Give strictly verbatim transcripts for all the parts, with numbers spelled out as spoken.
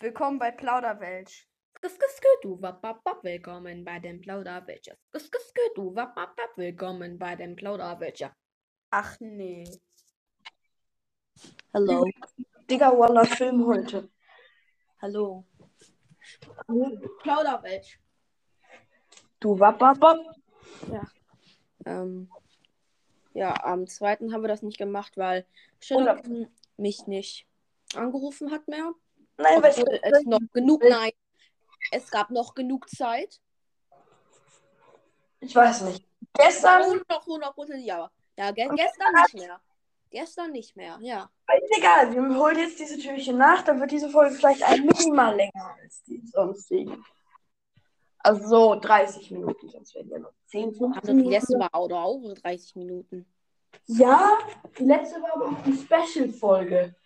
Willkommen bei Plauderwelsch. Du willkommen bei dem Plauderwelsch. Du willkommen bei dem Plauderwelsch. Ach nee. Hallo. Digga, Wallah, Film heute. Hallo. Plauderwelsch. Du wapapap. Ja. Ähm, ja, am zweiten haben wir das nicht gemacht, weil Shadowkin mich nicht angerufen hat mehr. Nein, weil Obwohl es noch genug, nein, es gab noch genug Zeit. ich weiß nicht. Gestern. Oh, noch hundert Prozent ja. Ja, ge gestern nicht mehr. Gestern nicht mehr, ja. Ist egal, wir holen jetzt diese Türchen nach, dann wird diese Folge vielleicht ein minimal länger als die sonstigen. Also so dreißig Minuten, sonst werden ja noch zehn, fünfzehn Also die Minuten. letzte war auch, auch dreißig Minuten. Ja, die letzte war aber auch eine Special-Folge.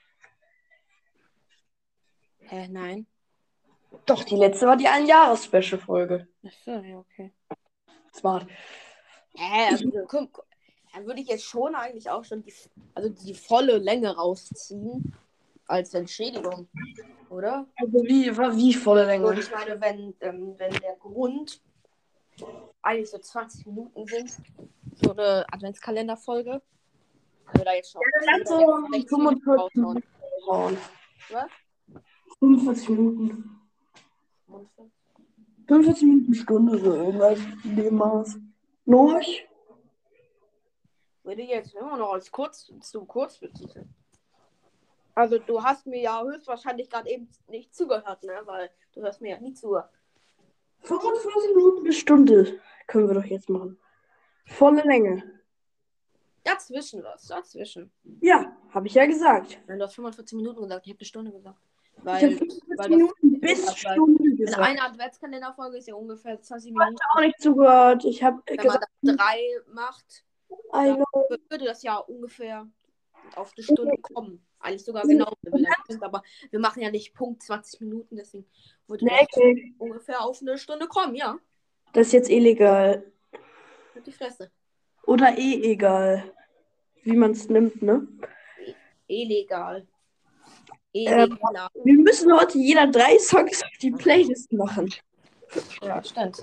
Hä, nein. Doch, die letzte war die Ein-Jahres-Special-Folge. Achso, ja, okay. Smart. Hä, also, komm, komm, dann würde ich jetzt schon eigentlich auch schon die, also die volle Länge rausziehen als Entschädigung, oder? Also wie, wie volle Länge? Und ich meine, wenn, ähm, wenn der Grund eigentlich so zwanzig Minuten sind, so eine Adventskalenderfolge, können wir da jetzt schon Ja, dann so sechzig Minuten raushauen. raushauen. Was? fünfundvierzig Minuten. fünfundvierzig Minuten Stunde, so irgendwas in dem Maß. Noch? Würde jetzt immer noch als kurz zu kurz betiteln. Also du hast mir ja höchstwahrscheinlich gerade eben nicht zugehört, ne? Weil du hörst mir ja nie zu. fünfundvierzig Minuten bis Stunde können wir doch jetzt machen. Volle Länge. Dazwischen was, dazwischen. Ja, habe ich ja gesagt. Wenn du hast fünfundvierzig Minuten gesagt, ich habe eine Stunde gesagt. Ich Weil, habe fünfundvierzig weil Minuten das, bis weil, Stunde weil gesagt. eine Adventskalenderfolge ist ja ungefähr zwanzig Ich habe Minuten. auch nicht zugehört. Ich habe Wenn gesagt, man da drei macht, I dann know. würde das ja ungefähr auf eine Stunde kommen. Eigentlich sogar genau. Wenn wir sind, aber wir machen ja nicht Punkt zwanzig Minuten, deswegen würde Nee, das okay. ungefähr auf eine Stunde kommen, ja. Das ist jetzt illegal. Mit die Fresse. Oder eh egal. Wie man es nimmt, ne? Illegal. Ähm, Illegal. wir müssen heute jeder drei Songs auf die Playlist machen. Ja, stimmt.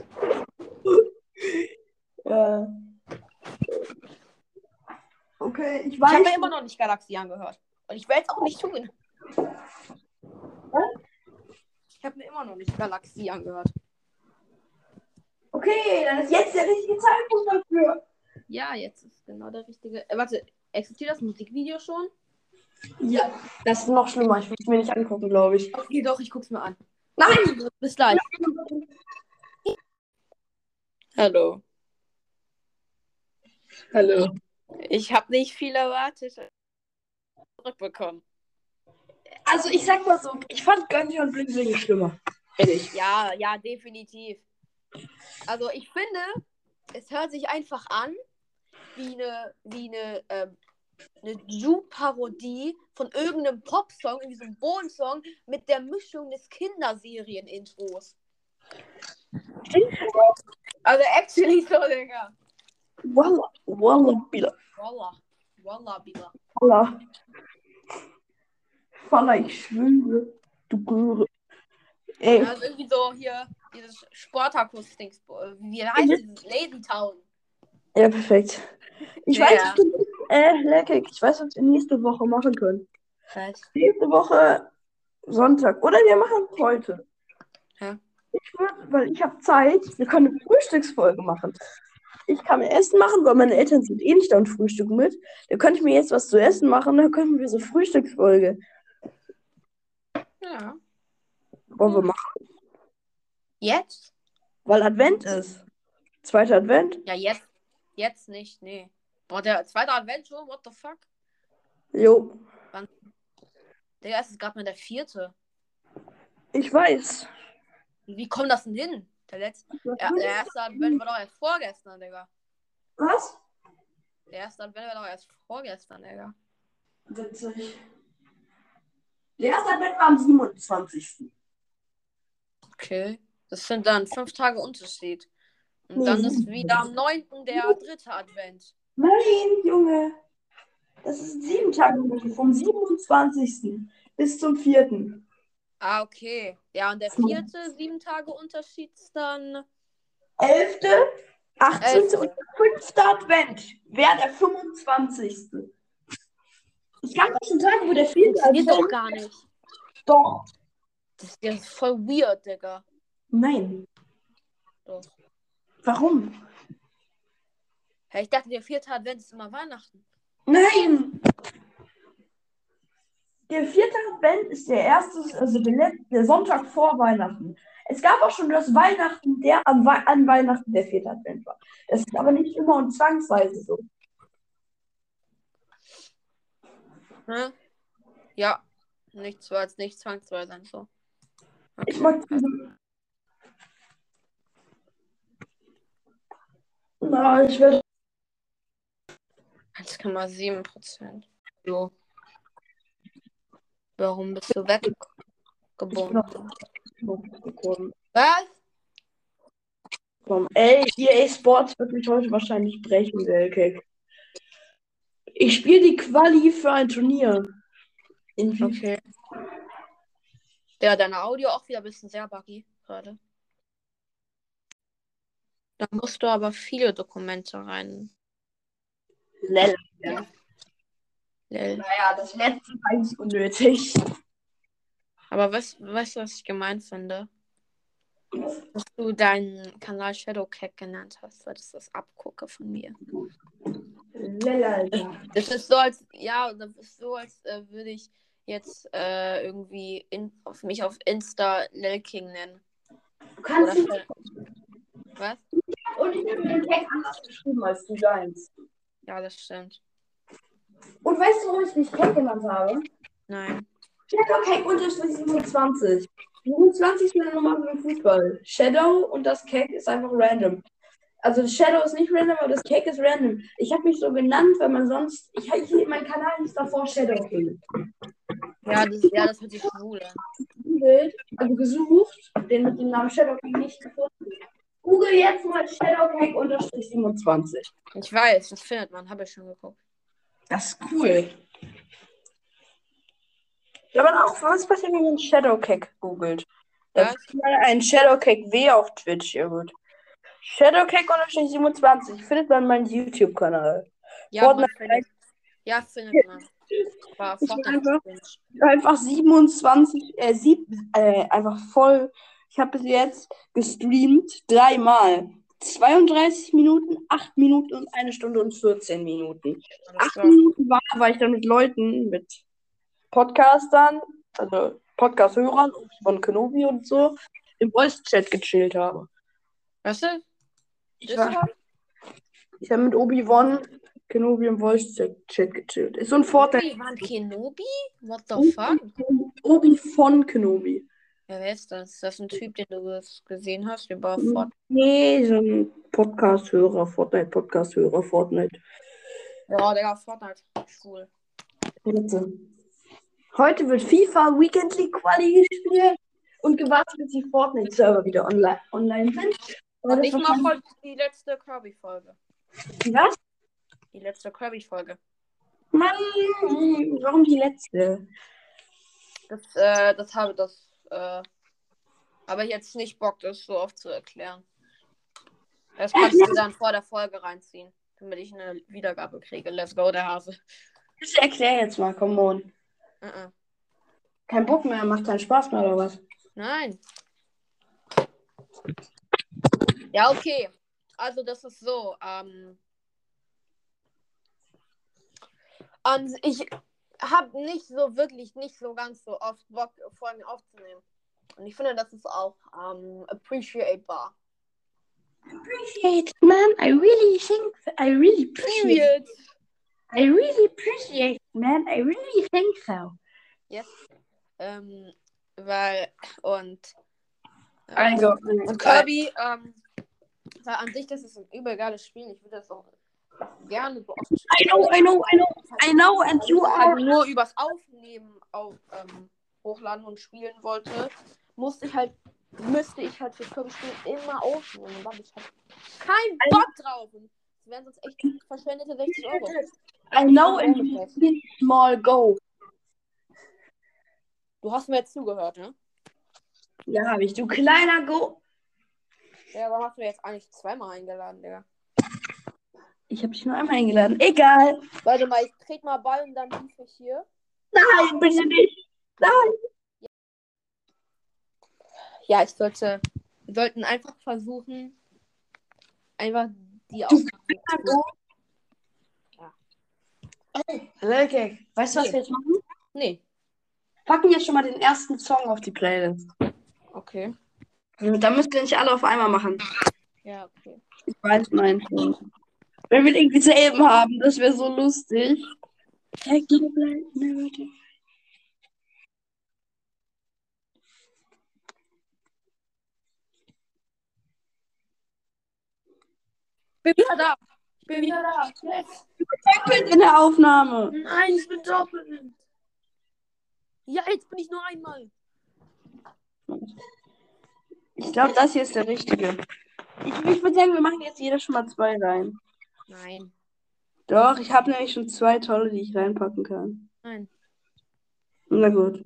Ja. Okay, ich Ich weiß. habe mir immer noch nicht Galaxie angehört. Und ich werde es auch nicht tun. Ich habe mir immer noch nicht Galaxie angehört. Okay, dann ist jetzt der richtige Zeitpunkt dafür. Ja, jetzt ist genau der richtige. Äh, warte, existiert das Musikvideo schon? Ja, das ist noch schlimmer. Ich will es mir nicht angucken, glaube ich. Okay, doch, ich guck's mir an. Nein! Bis gleich. Hallo. Hallo. Ich habe nicht viel erwartet. Zurückbekommen. Also, ich sag mal so, ich fand Gönny und Bling Bling schlimmer. Ehrlich. Ja, ja, definitiv. Also, ich finde, es hört sich einfach an wie eine, wie eine, ähm, eine Ju-Parodie von irgendeinem Popsong, in diesem Bohlen-Song mit der Mischung des Kinderserien-Intros. Also actually so, Digga. Wallah, Wallah, Bila. Wallah. Wallah, Bila. Wallah. Wallah, ich schwöre, du Göre. Ey. Also irgendwie so hier, dieses Sportakus-Dings. Wie heißt mhm. dieses? Lazy Town. Ja, perfekt. Ich ja. weiß, äh, Leckig, ich weiß, was wir nächste Woche machen können. Was? Nächste Woche Sonntag. Oder wir machen es heute. Ja. Ich würde, weil ich habe Zeit, wir können eine Frühstücksfolge machen. Ich kann mir Essen machen, weil meine Eltern sind eh nicht da und frühstücken mit. Da könnte ich mir jetzt was zu essen machen, dann könnten wir so Frühstücksfolge. Ja. Wollen wir machen? Jetzt? Weil Advent ist. Zweiter Advent? Ja, jetzt. Jetzt nicht, nee. Boah, der zweite Advent schon? What the fuck? Jo. Wann? Digga, es ist gerade mal der vierte. Ich weiß. Wie kommt das denn hin? Der letzte. Ja, der erste Advent war doch erst vorgestern, Digga. Was? Der erste Advent war doch erst vorgestern, Digga. Witzig. Der erste Advent war am siebenundzwanzigsten Okay. Das sind dann fünf Tage Unterschied. Und Nee, dann sieben. ist wieder am neunten der dritte Advent. Nein, Junge. Das ist sieben Tage vom siebenundzwanzigsten bis zum vierten Ah, okay. Ja, und der vierte, sieben Tage Unterschied ist dann elfte, achtzehnte und elfte. der fünfte Advent wäre der fünfundzwanzigste. Ich kann euch schon sagen, wo der vierte Funktioniert doch Advent gar nicht. Doch. Das ist ja voll weird, Digga. Nein. Doch. Warum? Hä, ich dachte, der vierte Advent ist immer Weihnachten. Nein! Der vierte Advent ist der erste, also der, letzte, der Sonntag vor Weihnachten. Es gab auch schon das Weihnachten, der an, Wei- an Weihnachten der vierte Advent war. Das ist aber nicht immer und zwangsweise so. Hm? Ja. Nichts war jetzt nicht zwangsweise sein, so. Ich Okay. mag Na, ich werde. eins Komma sieben Prozent. So. Warum bist du Ich bin weggebunden? noch gekommen. Was? Komm, ey, E A Sports wird mich heute wahrscheinlich brechen, Weltkek. Ich spiele die Quali für ein Turnier. In FIFA. Okay. Ja, deine Audio auch wieder ein bisschen sehr buggy gerade. Da musst du aber viele Dokumente rein. Lel. Ja. Lel. Naja, das letzte war eigentlich unnötig. Aber weißt weißt du, was ich gemein finde? Dass du deinen Kanal Shadowcat genannt hast, weil das ist das Abgucke von mir. Lel, Alter. Das ist so, als, ja, das ist so, als äh, würde ich jetzt äh, irgendwie in, auf mich auf Insta Lel King nennen. Du kannst Oder nicht. was? Und ich habe den Tag anders geschrieben als du deins. Ja, das stimmt. Und weißt du, warum ich dich Cake genannt habe? Nein. Shadow Cake unterstrich siebenundzwanzig. siebenundzwanzig ist meine Nummer für den Fußball. Shadow und das Cake ist einfach random. Also das Shadow ist nicht random, aber das Cake ist random. Ich habe mich so genannt, weil man sonst. Ich, ich mein Kanal hieß davor Shadow King. Ja, das, ja, das hört sich schwul an. Googelt, also gesucht, den mit dem Namen Shadow King nicht gefunden. Google jetzt mal Shadow Cake unterstrich siebenundzwanzig. Ich weiß, das findet man, habe ich schon geguckt. Das ist cool. Ja, aber auch, was passiert, wenn man Shadowcake googelt? Da Was? findet man einen Shadowcake W auf Twitch. Ja, gut. Shadowcake siebenundzwanzig findet man meinen YouTube-Kanal. Ja, man Fortnite findet. Ja, findet man. War Ich bin Fortnite einfach, cringe. einfach siebenundzwanzig, äh, sieb, äh, einfach voll. Ich habe bis jetzt gestreamt dreimal. zweiunddreißig Minuten, acht Minuten und eine Stunde und vierzehn Minuten. Alles acht klar. Minuten war, war ich dann mit Leuten, mit Podcastern, also Podcast-Hörern von Kenobi und so, im Voice-Chat gechillt habe. Weißt du? Ich war, ich habe mit Obi-Wan Kenobi im Voice-Chat gechillt. Ist so ein Fortnite. Obi-Wan Kenobi? What the fuck? Obi von Kenobi. Ja, wer ist das? Ist das ein Typ, den du gesehen hast über Fortnite? Nee, so ein Podcast-Hörer, Fortnite-Podcast-Hörer, Fortnite. Ja, Digga, Fortnite. Cool. Bitte. Heute wird FIFA Weekend League Quali gespielt und gewartet, bis die Fortnite-Server wieder online, online sind. Aber Und das ich mach wahrscheinlich- heute die letzte Kirby-Folge. Was? Die letzte Kirby-Folge. Mann, warum die letzte? Das, äh, das habe das, äh, aber jetzt nicht Bock, das so oft zu erklären. Das kannst du dann vor der Folge reinziehen, damit ich eine Wiedergabe kriege. Let's go, der Hase. Bitte erklär jetzt mal, come on. Uh -uh. Kein Bock mehr, macht keinen Spaß mehr oder was? Nein. Ja, okay. Also das ist so. Ähm, ähm, ich habe nicht so wirklich, nicht so ganz so oft Bock, Folgen aufzunehmen. Und ich finde, das ist auch ähm, appreciatebar. Appreciate, man. I really think, I really appreciate. Period. I really appreciate, man. I really think so. Yes. Ähm, weil, und äh, Also, und Kirby, ähm, weil an sich, das ist ein übel geiles Spiel. Ich würde das auch gerne so oft I know, I know, I know, I know, and you Wenn ich are. halt nur übers Aufnehmen auf, ähm, hochladen und spielen wollte, musste ich halt, müsste ich halt für Kirby spielen immer aufnehmen. Und da habe ich halt keinen Bock drauf. Und das wären sonst echt verschwendete sechzig Euro. I know, and you really small go. Du hast mir jetzt zugehört, ne? Ja, habe ich. Du kleiner Go. Ja, warum hast du jetzt eigentlich zweimal eingeladen, Digga? Ich habe dich nur einmal eingeladen. Egal. Warte mal, ich trete mal Ball und dann lief ich hier. Nein, bitte nicht. Nein. Ja, ich sollte. Wir sollten einfach versuchen, einfach die Du Aufgabe. kleiner Go. Ja. Ey, Lelke, weißt du, was Nee. wir jetzt machen? Nee. Packen jetzt schon mal den ersten Song auf die Playlist. Okay. Da müsst ihr nicht alle auf einmal machen. Ja, okay. Ich weiß meinen schon. Wenn wir irgendwie selben haben, das wäre so lustig. Take the blind, never die- Ich bin wieder da. Ich bin wieder da. Yes. Doppelt in der Aufnahme. Nein, ich bin doppelt. Ja, jetzt bin ich nur einmal. Ich glaube, das hier ist der richtige. Ich, ich würde sagen, wir machen jetzt jeder schon mal zwei rein. Nein. Doch, ich habe nämlich schon zwei tolle, die ich reinpacken kann. Nein. Na gut.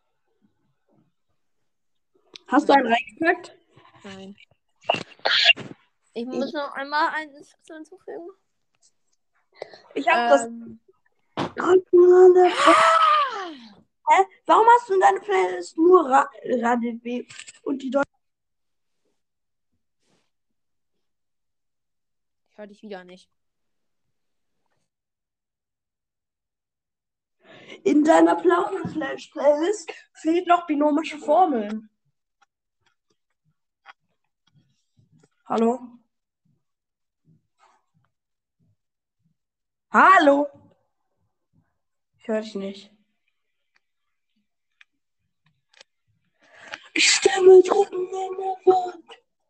Hast du Nein. einen reingepackt? Nein. Ich muss noch einmal einen Schlüssel hinzufügen. Ich habe Ähm. das. Hä? Warum hast du in deiner Playlist nur Ra RADW und die Deutschen? Ich höre dich wieder nicht. In deiner Plauderflash-Playlist fehlt noch binomische Formeln. Hallo? Hallo? Ich höre dich nicht. Stimme drücken in der Wand.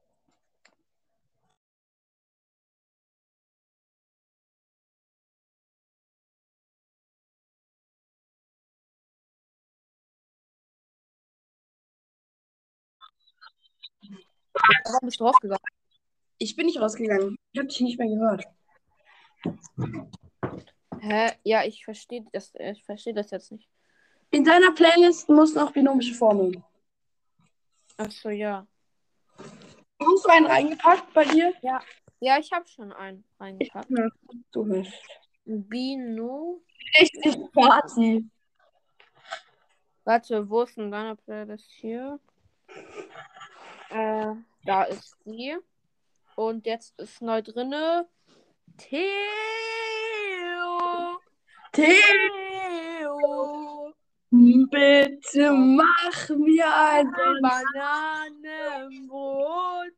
Warum bist du rausgegangen? Ich bin nicht rausgegangen. Ich habe dich nicht mehr gehört. Hä? Ja, ich verstehe das, ich verstehe das jetzt nicht. In deiner Playlist muss noch binomische Formeln. Achso, ja. Hast du einen reingepackt bei dir? Ja. Ja, ich habe schon einen reingepackt. Ja, du bist. Bino. Richtig Party. Warte, wo ist denn deine Playlist hier? Äh, da ist die. Und jetzt ist neu drinne. Theo. Theo, Theo. bitte mach mir ein Bananenbrot.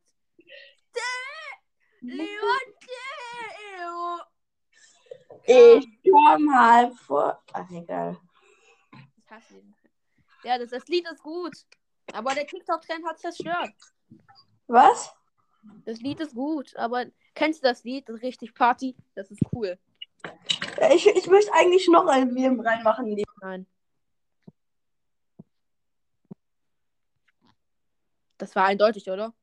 Lieber Theo. Ich komm mal vor. Ach, egal. Ich hasse ihn. Ja, das, das Lied ist gut. Aber der TikTok-Trend hat zerstört. Was? Das Lied ist gut, aber kennst du das Lied? Das ist richtig Party. Das ist cool. Ich, ich möchte eigentlich noch ein Meme reinmachen. Nein. Das war eindeutig, oder?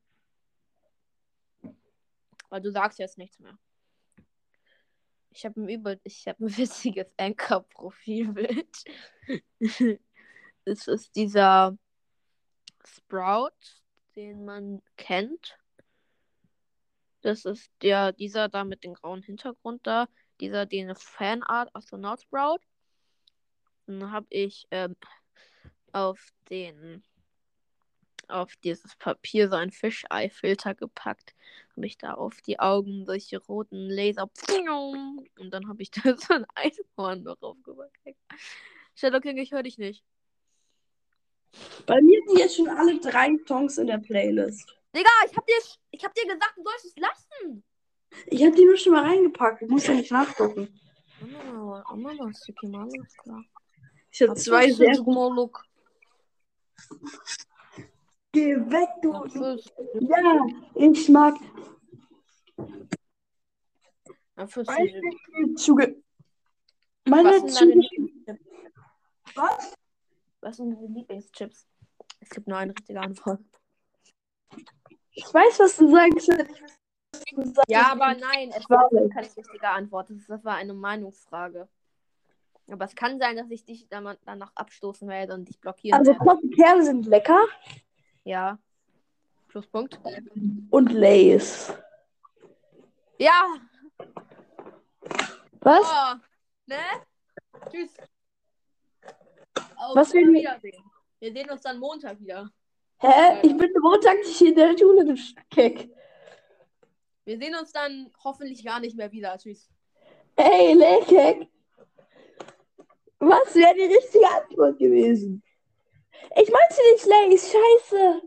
Weil du sagst jetzt nichts mehr. Ich habe ein Über ich habe ein witziges Anchor-Profilbild. Es ist dieser Sprout, den man kennt. Das ist der, dieser da mit dem grauen Hintergrund da. Dieser, den Fanart Astronaut Sprout. Dann habe ich ähm, auf den auf dieses Papier so einen Fischei-Filter gepackt. Habe ich da auf die Augen solche roten Laser. Und dann habe ich da so ein Einhorn noch aufgepackt. Shadow King, ich höre dich nicht. Bei mir sind jetzt schon alle drei Songs in der Playlist. Digga, ich hab dir, ich hab dir gesagt, du sollst es lassen. Ich habe die nur schon mal reingepackt. Ich muss ja nicht nachgucken. Mama, Mama, Mama, klar. Ich habe zwei sehr gut. Geh weg, du. Dafür, Ja, ich mag. dafür Meine Züge. Meine Was sind deine Züge. Lieblingschips? Was? Was sind deine Lieblingschips? Es gibt nur eine richtige Antwort. Ich weiß, was du sagst. Ich was du sagst. Ja, aber nein, es war keine richtige Antwort. Das, das war eine Meinungsfrage. Aber es kann sein, dass ich dich danach abstoßen werde und dich blockieren Also werde. Kerne sind lecker. Ja. Pluspunkt. Und Lays. Ja. Was? Oh. Ne? Tschüss. Auf Was will- Wiedersehen. Wir sehen uns dann Montag wieder. Hä? Ich bin Montag nicht in der Schule, du Keck. Wir sehen uns dann hoffentlich gar nicht mehr wieder. Tschüss. Ey, Lekek. Was wäre die richtige Antwort gewesen? Ich meinte nicht Lays, scheiße.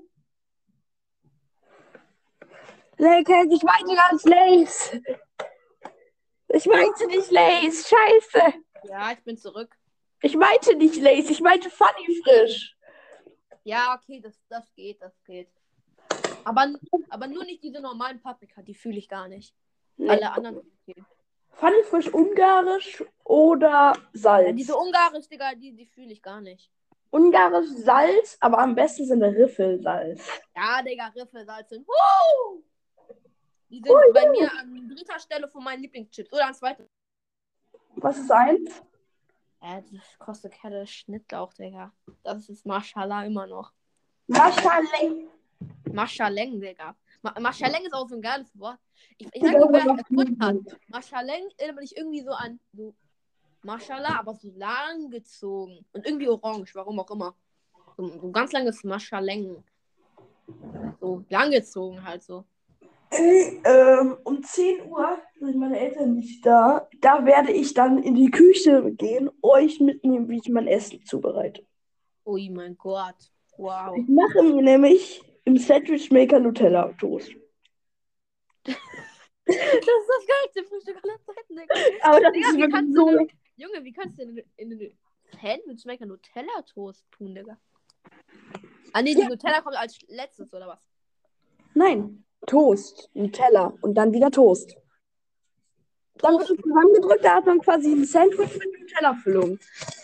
Lekek, ich meinte ganz Lays. Ich meinte nicht Lays, scheiße. Ja, ich bin zurück. Ich meinte nicht Lays, ich meinte Funny Frisch. Ja, okay, das, das geht, das geht. Aber, aber nur nicht diese normalen Paprika, die fühle ich gar nicht. Nee. Alle anderen sind okay. Funny Frisch ungarisch oder Salz? Ja, diese ungarisch, Digga, die, die fühle ich gar nicht. Ungarisch Salz, aber am besten sind Riffelsalz. Ja, Digga, Riffelsalz sind. Woo! Die sind Oh, bei ja. mir an dritter Stelle von meinen Lieblingschips. Oder an zweiter. Was ist eins? Äh, das kostet keine Schnittlauch, Digga. Das ist Maschallah immer noch. Maschaleng. Maschaleng, Digga. Ma Maschaleng ist auch so ein geiles Wort. Ich, ich Ja, sag nicht, wer aber das erfunden hat. Maschaleng erinnert mich irgendwie so an so Maschallah, aber so lang gezogen. Und irgendwie orange, warum auch immer. So, so ein ganz langes Maschaleng. So lang gezogen halt so. Ey, ähm, um zehn Uhr sind meine Eltern nicht da. Da werde ich dann in die Küche gehen, euch mitnehmen, wie ich mein Essen zubereite. Ui, mein Gott. Wow. Ich mache mir nämlich im Sandwich Maker Nutella Toast. Das ist das geilste Frühstück aller Zeiten, Digga. Aber das Digga, ist wie wirklich kannst so. du denn, Junge, wie kannst du denn in den Sandwich-Maker Nutella-Toast tun, Digga? Ah, nee, die Ja. Nutella kommt als letztes, oder was? Nein, Toast, Nutella und dann wieder Toast. Dann wird es zusammengedrückt, da hat man quasi ein Sandwich mit Nutella-Füllung.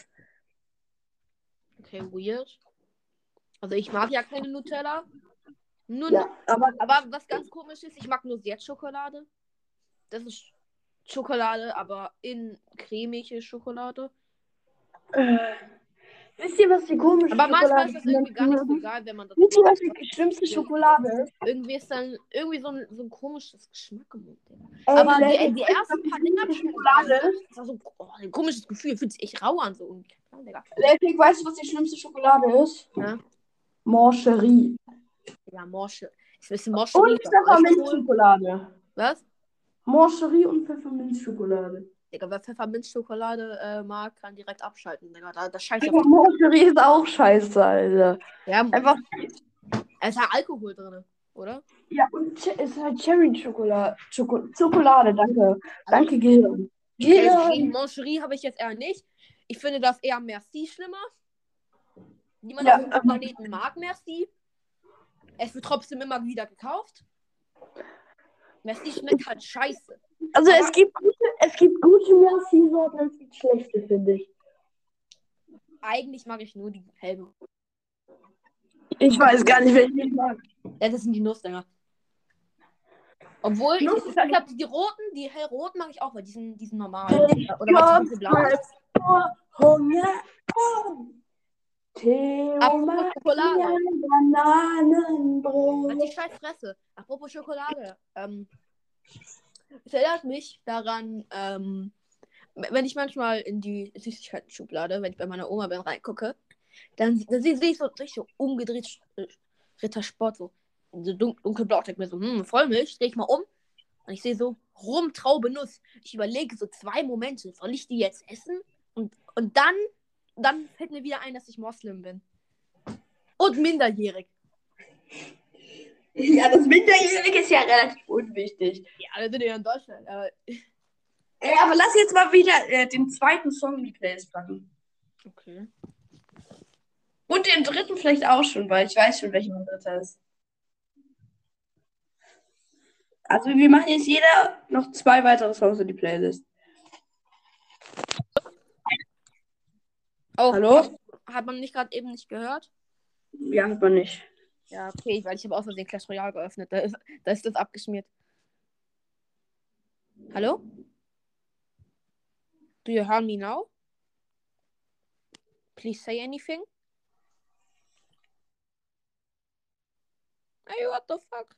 Okay, weird. Also ich mag ja keine Nutella. Nur, Ja, aber aber was ganz komisch ist, ich mag nur Schokolade. Das ist Schokolade, aber in cremige Schokolade. äh, wisst ihr, was die komische Aber manchmal Schokolade ist das irgendwie gar nicht so ist? geil, wenn man das Wisst ihr, macht. was die schlimmste Schokolade ist? Irgendwie ist dann irgendwie so ein, so ein komisches Geschmack im Mund. Digga. Ey, Aber die, Leute, die weißt du, ersten was paar die Dinger schlimmste schmecken Schokolade geil. ist? Das war so oh, ein komisches Gefühl. Fühlt sich echt rau an. So irgendwie. Ja, Digga. Leute, weißt du, was die schlimmste Schokolade ist? Ja, Mancherie. ja Morsche. Ist ein bisschen Moscherie. Und Pfefferminzschokolade. Was? Mancherie und Pfefferminzschokolade. Digga, wer Pfefferminzschokolade äh, mag, kann direkt abschalten. Digga, da, das scheiße. Aber Mancherie ist auch scheiße, Alter. Ja, Einfach, es ist ja Alkohol drin, oder? ja, und Ch- es ist halt Cherry-Schokolade. Schoko Schokolade, danke. Danke, Gehirn. Okay, Gehirn. gegen Moncherie habe ich jetzt eher nicht. Ich finde das eher Merci schlimmer. Niemand Ja, auf dem ähm. Planeten mag Merci. Es wird trotzdem immer wieder gekauft. Merci schmeckt halt scheiße. Also Aber- es gibt gute, es gibt gute Merci-Sorten, es gibt schlechte, finde ich. Eigentlich mag ich nur die hellen. Ich weiß gar nicht, welche ich mag. Ja, das sind die Nussdinger. Obwohl, ich, ich, ich glaube, die roten, die hellroten mag ich auch, weil die sind, die sind normal. Oder was ist die blauen? Hunger. Theo Apropos Schokolade. Was Bananenbrot. die scheiß Fresse. Apropos Schokolade. Ähm, es erinnert mich daran, ähm, wenn ich manchmal in die Süßigkeiten-Schublade, wenn ich bei meiner Oma bin, reingucke, dann, dann sehe ich so richtig so umgedreht äh, Rittersport, so, so dun dunkelblau. Ich denke mir so, hm, Vollmilch, drehe ich mal um. Und ich sehe so, Rum, Traube, Nuss. Ich überlege so zwei Momente, soll ich die jetzt essen? Und, und dann, dann fällt mir wieder ein, dass ich Moslem bin. Und minderjährig. Ja, das Minderjährige ist ja relativ unwichtig. Ja, wir sind ja in Deutschland. Aber Ey, aber lass jetzt mal wieder äh, den zweiten Song in die Playlist packen. okay. Und den dritten vielleicht auch schon, weil ich weiß schon, welcher mein dritter ist. Also wir machen jetzt jeder noch zwei weitere Songs in die Playlist. Oh, Hallo? hat man mich gerade eben nicht gehört? Ja, hat man nicht. Ja, okay, weil ich habe aus Versehen Clash Royale geöffnet. Da ist, da ist das abgeschmiert. Hallo? Do you hear me now? Please say anything. Ey, what the fuck?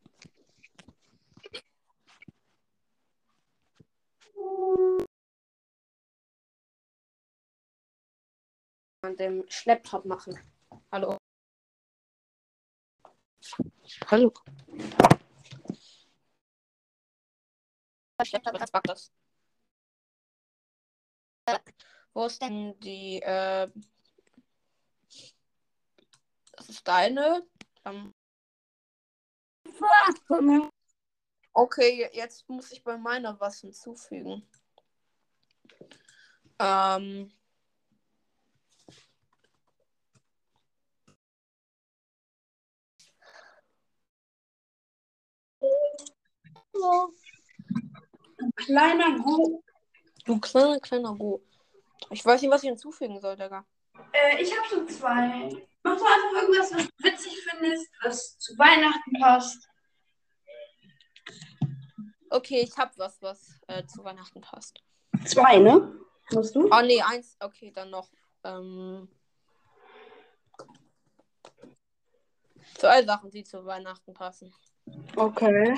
Und dem Schlepptop machen. Hallo. Hallo. Schlepptop, was packt das? Wo ist denn die, äh... Das ist deine. Ähm... Okay, jetzt muss ich bei meiner was hinzufügen. Ähm... Kleiner Go. Du kleiner, kleiner Go. Ich weiß nicht, was ich hinzufügen soll, Digga. Äh, ich habe schon zwei. Mach doch einfach irgendwas, was du witzig findest, was zu Weihnachten passt. Okay, ich hab was, was äh, zu Weihnachten passt. Zwei, ne? Musst du? Oh, nee, eins. Okay, dann noch. Ähm... Zwei Sachen, die zu Weihnachten passen. Okay.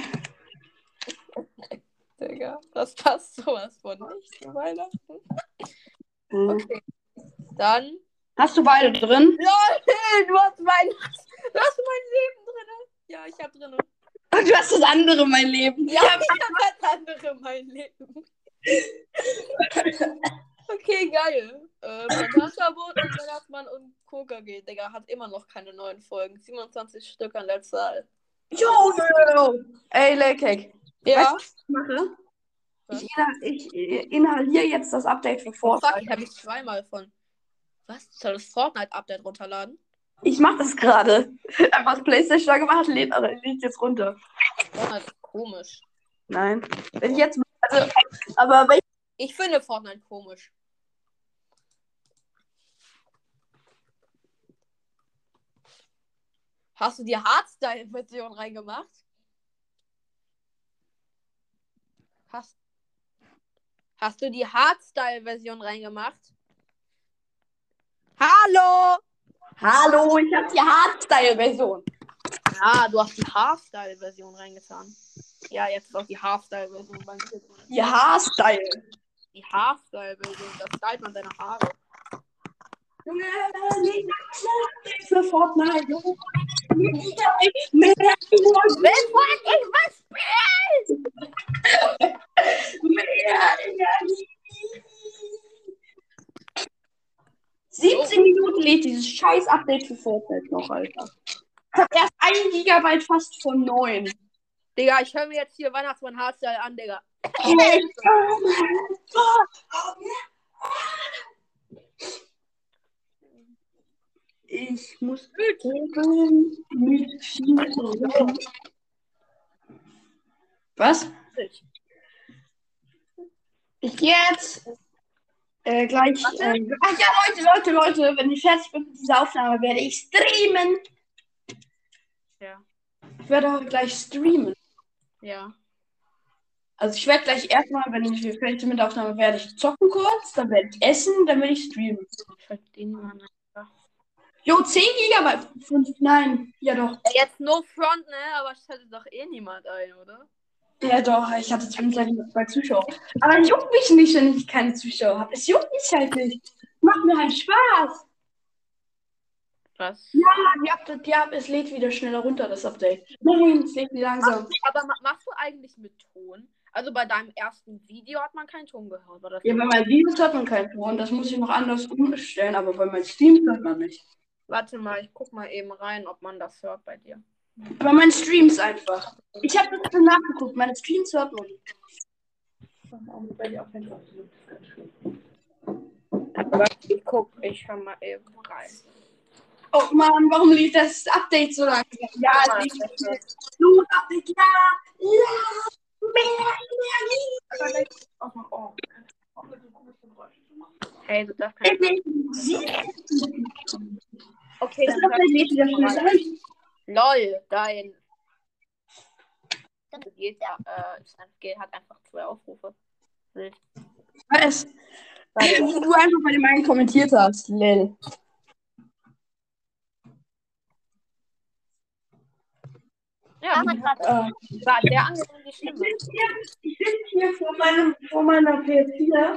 Digga, das passt sowas von nicht zu Weihnachten. Mhm. Okay, dann... Hast du beide drin? LOL, du hast mein, du hast mein Leben drin. Ja, ich hab drin. Du hast das andere, mein Leben. Ja, ich hab das andere mein Leben. Okay, geil. Äh, Bananenverbot und Weihnachtsmann und Coca G, Digga, hat immer noch keine neuen Folgen. siebenundzwanzig Stück an der Zahl. Jo, jo, jo. Ey, Leckek. Ja. Weißt du, was ich mache? Was? Ich, inhal ich äh, inhaliere jetzt das Update für Oh, Fortnite. fuck, ich habe mich zweimal von... Was? Soll das Fortnite-Update runterladen? Ich mach das gerade. Einfach das PlayStation da gemacht, lädt, also lädt jetzt runter. Fortnite ist komisch. Nein. Wenn ich jetzt. Also, aber wenn ich. Ich finde Fortnite komisch. Hast du die Hardstyle-Version reingemacht? Hast, hast du die Hardstyle-Version reingemacht? Hallo! Hallo, ich hab die Hardstyle-Version. Ja, du hast die Hardstyle-Version reingetan. Ja, jetzt ist auch die Hardstyle-Version bei mir drin. Die Haarstyle. Die Hardstyle-Version, da stylt man seine Haare. Junge, leg das Update für Fortnite. Junge. Mehr Wer wollte ich was spielen? Mehr Energie. siebzehn Minuten lädt dieses scheiß Update für Fortnite noch, Alter. Ich hab erst ein Gigabyte fast von neun. Digga, ich höre mir jetzt hier Weihnachtsmann Hardstyle an, Digga. Ich muss oben mit viel. Was? Ich gehe jetzt äh, gleich. Äh, ach ja, Leute, Leute, Leute, wenn ich fertig bin mit dieser Aufnahme, werde ich streamen. Ja. Ich werde auch gleich streamen. Ja. Also ich werde glech erstmal, wenn ich fertig bin mit der Aufnahme, werde ich zocken kurz, dann werde ich essen, dann werde ich streamen. Ich verdiene mal einfach. Jo, zehn Gigabyte. fünf, nein, ja doch. Jetzt no front, ne? Aber es schaltet doch eh niemand ein, oder? Ja doch, ich hatte zwischenzeitlich zwei Zuschauer. Aber es juckt mich nicht, wenn ich keine Zuschauer habe. Es juckt mich halt nicht. Macht mir halt Spaß. Was? Ja, die Update, ja, es lädt wieder schneller runter, das Update. Nein, es lädt wieder langsam. Aber ma- machst du eigentlich mit Ton? Also bei deinem ersten Video hat man keinen Ton gehört, war das? Ja, bei meinen Videos hat man keinen Ton. Das muss ich noch anders umstellen, aber bei meinen Streams hört man nicht. Warte mal, ich guck mal eben rein, ob man das hört bei dir. Bei meinen Streams einfach. Ich habe das schon nachgeguckt. Meine Streams hört man nicht. Bei dir auch nicht. Ich guck, ich schau mal eben rein. Oh Mann, warum lief das Update so langsam? Ja, es lief so Update. Ja, ja, mehr Energie. Hey, du darfst keine... Okay, Das dann Update lädt wieder schneller rein. LOL, dein... Geht, ja, äh, ist ein- geht, hat einfach zwei Aufrufe. Wild. Was? Wo du einfach bei dem einen kommentiert hast, Lil. Ja, man hat Äh, war sehr angenehm die ich Stimme. sitze hier, ich sitz hier vor, meinem, vor meiner P S vier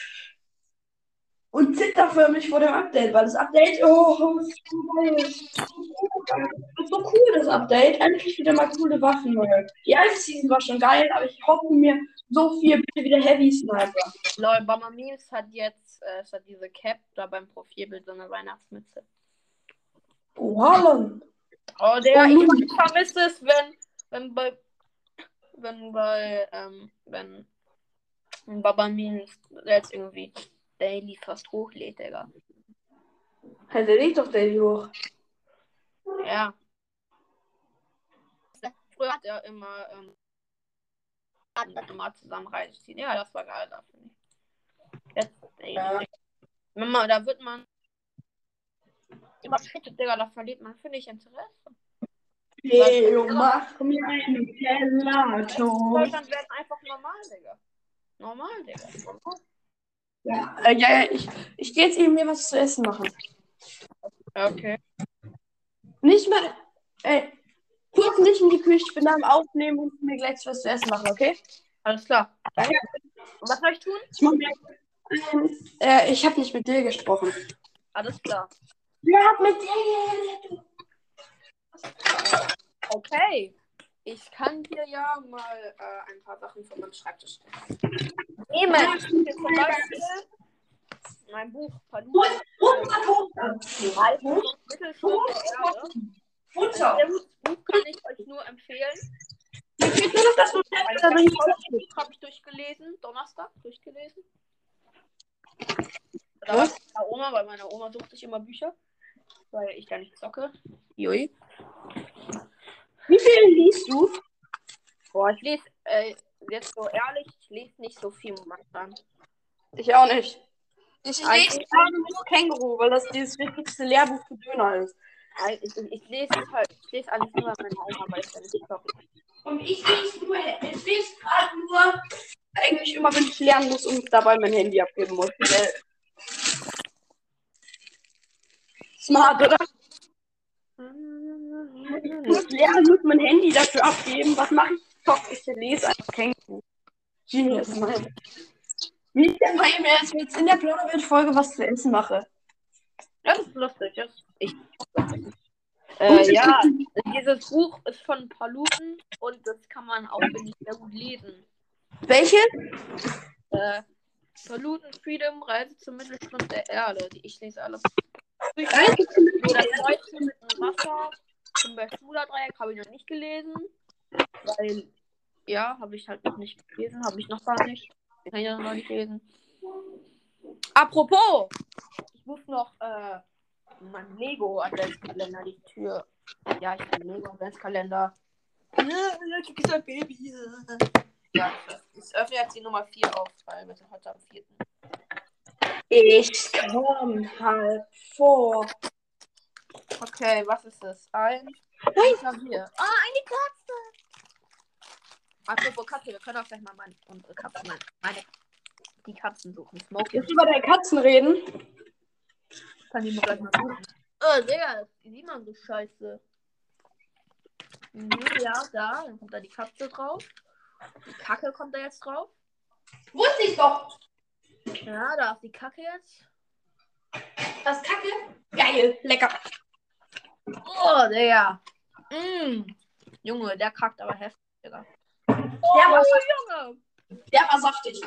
und zitter förmlich vor dem Update, weil das Update, oh, das ist so geil. Das ist so cool, das Update. Endlich wieder mal coole Waffen. Neue. Die alte Season war schon geil, aber ich hoffe mir so viel bitte wieder Heavy Sniper. Lol, Bama Memes hat jetzt äh, statt diese Cap da beim Profilbild so eine Weihnachtsmütze. Oh, Harlan. Oh, der, Oh, ich, Lul. ich vermisse es, wenn, wenn bei, wenn bei, ähm, wenn, wenn Baba Memes jetzt irgendwie daily fast hochlädt, Digga. Hey, der liegt doch Daily hoch. Ja. Früher hat er immer, ähm, immer zusammen reinziehen. Ja, das war geil, da finde ich. Jetzt, ey, Ja. wenn man, da wird man immer schüttet, Digga, da verliert man, finde ich, Interesse. Leo, mach mir einen Gelato. Deutschland werden einfach normal, Digga. Normal, Digga. Ja, äh, ja, ja, ich, ich gehe jetzt eben mir was zu essen machen. Okay. Nicht mal, ey, kurz nicht in die Küche, ich bin da am Aufnehmen und mir gleich was zu essen machen, okay? Alles klar. Danke. Und was soll ich tun? Ich mach mir, ähm, äh, ich habe nicht mit dir gesprochen. Alles klar. Wer hat mit dir geredet? Okay. Ich kann dir ja mal äh, ein paar Sachen von meinem Schreibtisch stellen. Nehmen. Zum Beispiel mein Buch Paluten. Mittelschritt der Erde. Ein sehr gutes Buch, kann ich euch nur empfehlen. Mir fehlt nur noch das Mein Hotel. Buch habe ich durchgelesen. Donnerstag durchgelesen. Da war ich bei meiner Oma, weil meine Oma sucht sich immer Bücher. Weil ich da nicht zocke. Jui. Wie viel liest du? Boah, ich lese, äh, jetzt so ehrlich, ich lese nicht so viel momentan. Ich auch nicht. Ich Eigentlich- lese gerade nur Känguru, weil das dieses wichtigste Lehrbuch für Döner ist. Ich, ich, ich lese halt, ich lese alles nur bei meiner Oma, weil ich da nicht zocke. Und ich lese nur, ich lese gerade nur, eigentlich immer, wenn ich lernen muss und dabei mein Handy abgeben muss. Äh, Smart, oder? Ich muss lernen, muss mein Handy dafür abgeben. Was mache ich? Zock, ich lese einfach Känguru. Genius, Mann. Wie ich denn bei mir jetzt in der Plauderbild-Folge was zu essen mache. Das ist lustig, das ist echt lustig. Äh, ja, dieses Buch ist von Paluten und das kann man auch, finde ich, sehr gut lesen. Welche? Äh, Paluten Freedom, Reise zum Mittelstand der Erde. Die, ich lese alle. Reise zum Nee, das Deutsche mit dem Wasser zum Bermuda-Dreieck habe ich noch nicht gelesen. Weil, ja, habe ich halt noch nicht gelesen. Habe ich noch gar nicht. Den kann ich noch nicht lesen. Apropos, ich muss noch äh, mein Lego-Adventskalender die Tür. Ja, ich bin Lego-Adventskalender. Ja, ich gesagt, Baby. Ja, ich öffne jetzt die Nummer vier auf, weil wir sind heute am vierten Ich komm halb vor. Okay, was ist das? Ein Klavier. Ah, eine Katze. Apropos Katze, wir können auch gleich mal meine, unsere Katzen, meine, meine, die Katzen suchen. Smokey. Jetzt über deine Katzen reden. Kann die mal gleich mal suchen. Oh, Digga, die sieht man so scheiße. Mhm, ja, da, dann kommt da die Katze drauf. Die Kacke kommt da jetzt drauf. Wusste ich doch. Ja, da ist die Kacke jetzt. Das Kacke? Geil, lecker. Oh, Digga. Mm. Junge, der kackt aber heftig, Digga. Der war, Junge. der war saftig.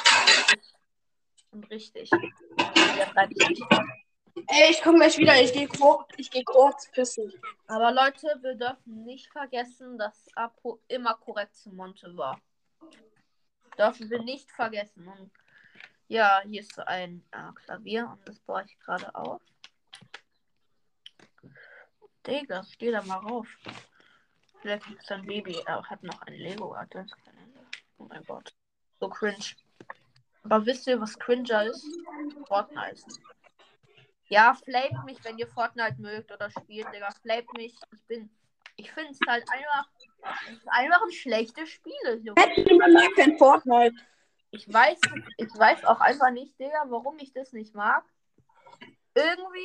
Und richtig. Der bleibt nicht. Ey, ich komme gleich wieder. Ich gehe kurz, ich geh kurz pissen. Aber Leute, wir dürfen nicht vergessen, dass Apo immer korrekt zu Monte war. Dürfen wir nicht vergessen. Und ja, hier ist so ein äh, Klavier und das baue ich gerade auf. Digga, steh da mal rauf. Vielleicht ist sein Baby. Er hat noch ein Lego-Adventskalender. Oh mein Gott. So cringe. Aber wisst ihr, was cringer ist? Fortnite. Ja, flamet mich, wenn ihr Fortnite mögt oder spielt, Digga. Flamet mich. Ich bin. Ich finde es halt einfach. Es ist einfach ein schlechtes Spiel. Man mag kein Fortnite. Ich weiß, ich weiß auch einfach nicht, Digga, warum ich das nicht mag. Irgendwie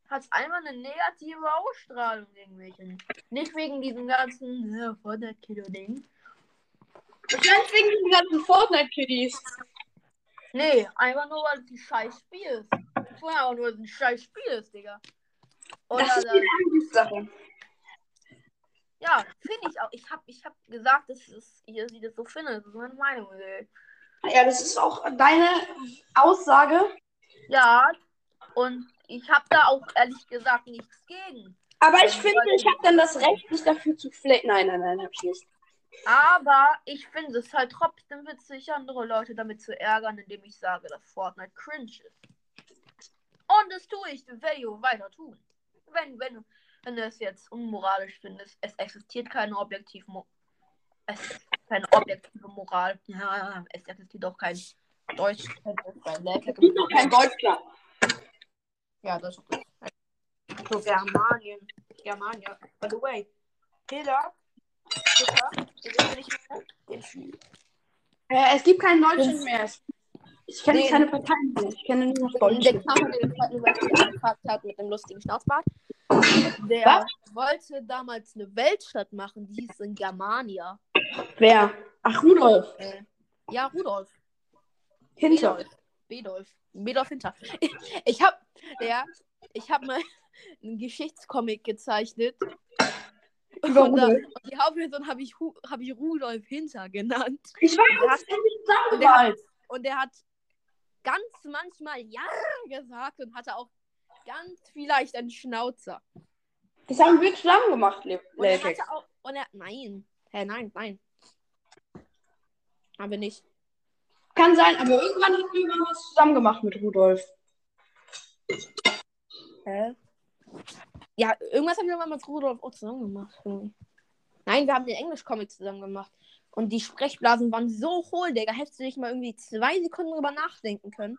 hat es einmal eine negative Ausstrahlung irgendwie. Nicht wegen diesem ganzen ja, Fortnite-Kiddo-Ding. Wahrscheinlich wegen den ganzen Fortnite-Kiddies. Nee, einfach nur, weil es ein scheiß Spiel ist. Ich wollte auch nur, weil es ein scheiß Spiel ist, Digga. Oder Das ist das, die Sache. ja, finde ich auch. Ich habe ich hab gesagt, dass es, ihr sie das so findet. Das ist meine Meinung. Ey. Ja, das ist auch deine Aussage. Ja, und ich habe da auch ehrlich gesagt nichts gegen. Aber ich Wenn finde, Leute ich habe dann das Recht, mich dafür zu flecken. Nein, nein, nein, hab ich nicht. Aber ich finde es halt trotzdem witzig, andere Leute damit zu ärgern, indem ich sage, dass Fortnite cringe ist. Und das tue ich, das werde ich auch weiter tun. Wenn, wenn, wenn du es jetzt unmoralisch findest, es existiert keine objektive, Mo es ist keine objektive Moral. Ja, es existiert auch kein Deutsch. Es gibt doch kein Deutsch, klar. Ja, das ist gut. So, Germanien. Germania. By the way, Hilda, Hilda, Hilda, nicht mehr. Äh, es gibt kein Deutschland mehr. Ich kenne Nee. keine Parteien mehr. Ich kenne nur noch Der Deutschland. Diktator, der den Zweiten Weltkrieg angefragt hat mit dem lustigen Schnauzbart, der Was? wollte damals eine Weltstadt machen, die hieß in Germania. Wer? Ach, Rudolf. Äh, ja, Rudolf. Hinter. Bedolf. Bedolf. Bedolf Hinter. Ich, ich habe ja, ich habe mal einen Geschichtscomic gezeichnet. Über Und, da, Rudolf. und die Hauptperson habe ich, Hu- hab ich Rudolf Hinter genannt. Ich weiß, Der das hat- ist nicht Und der, hat, zusammengemalt. und der hat ganz manchmal Ja gesagt und hatte auch ganz vielleicht einen Schnauzer. Das haben wir zusammen gemacht, Le Und er Letex. hatte auch. Und er. Nein. Hä, nein, nein. Haben wir nicht. Kann sein, aber irgendwann haben wir mal was zusammen gemacht mit Rudolf. Hä? Ja, irgendwas haben wir mal mit Rudolf auch zusammen gemacht. Irgendwie. Nein, wir haben den Englisch-Comic zusammen gemacht. Und die Sprechblasen waren so hohl, Digga. Hättest du nicht mal irgendwie zwei Sekunden drüber nachdenken können?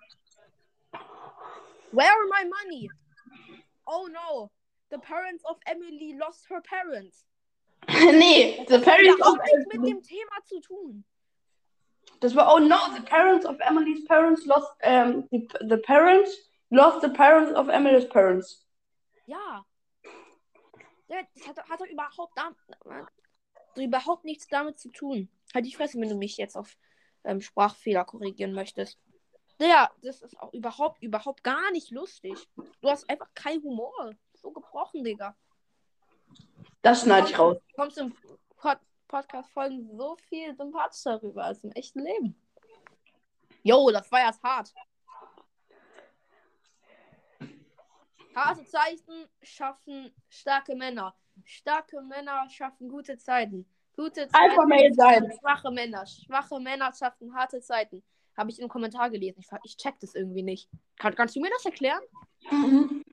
Where are my money? Oh no. The parents of Emily lost her parents. Nee, the Das hat parents of überhaupt nichts mit dem Thema zu tun. Das war, oh no, the parents of Emily's parents lost, ähm, the, the parents lost the parents of Emily's parents. Ja. Ja, das hat, hat doch überhaupt, da, überhaupt nichts damit zu tun. Halt die Fresse, wenn du mich jetzt auf ähm, Sprachfehler korrigieren möchtest. Ja, das ist auch überhaupt, überhaupt gar nicht lustig. Du hast einfach keinen Humor. So gebrochen, Digga. Das schneide ich raus. Du kommst im Pod Podcast-Folgen so viel sympathischer rüber als im echten Leben. Jo, das war jetzt hart. Harte Zeiten schaffen starke Männer. Starke Männer schaffen gute Zeiten. Gute Zeiten Alpha Male sein. schwache Männer. Schwache Männer schaffen harte Zeiten. Habe ich im Kommentar gelesen. Ich, ich check das irgendwie nicht. Kann, kannst du mir das erklären? Mhm.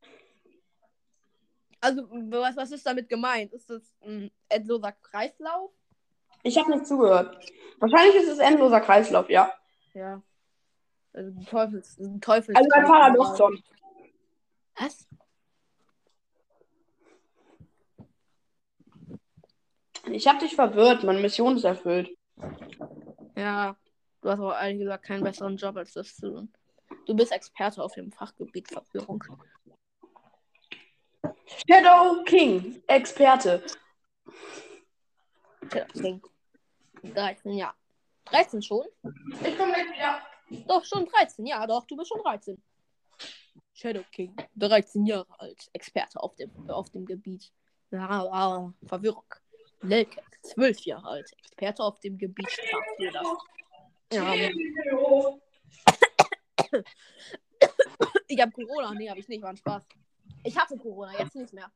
Also, was, was ist damit gemeint? Ist das ein endloser Kreislauf? Ich habe nicht zugehört. Wahrscheinlich ist es endloser Kreislauf, ja. Ja. Also ein Teufels, ein Teufels. Also ein Paradoxon. Was? Ich habe dich verwirrt. Meine Mission ist erfüllt. Ja. Du hast aber ehrlich gesagt keinen besseren Job als das zu tun. Du bist Experte auf dem Fachgebiet Verführung. Shadow King, Experte. King. dreizehn, ja. dreizehn schon? Ich komme gleich wieder. Doch, schon dreizehn. Ja, doch, du bist schon dreizehn. Shadow King, dreizehn Jahre alt. Experte auf dem, auf dem Gebiet. Ja, ah, Verwirrung. Lelke, zwölf Jahre alt. Experte auf dem Gebiet Sprachfehler. Ja. Ich habe Corona. Nee, habe ich nicht. War ein Spaß. Ich hatte Corona, jetzt nicht mehr.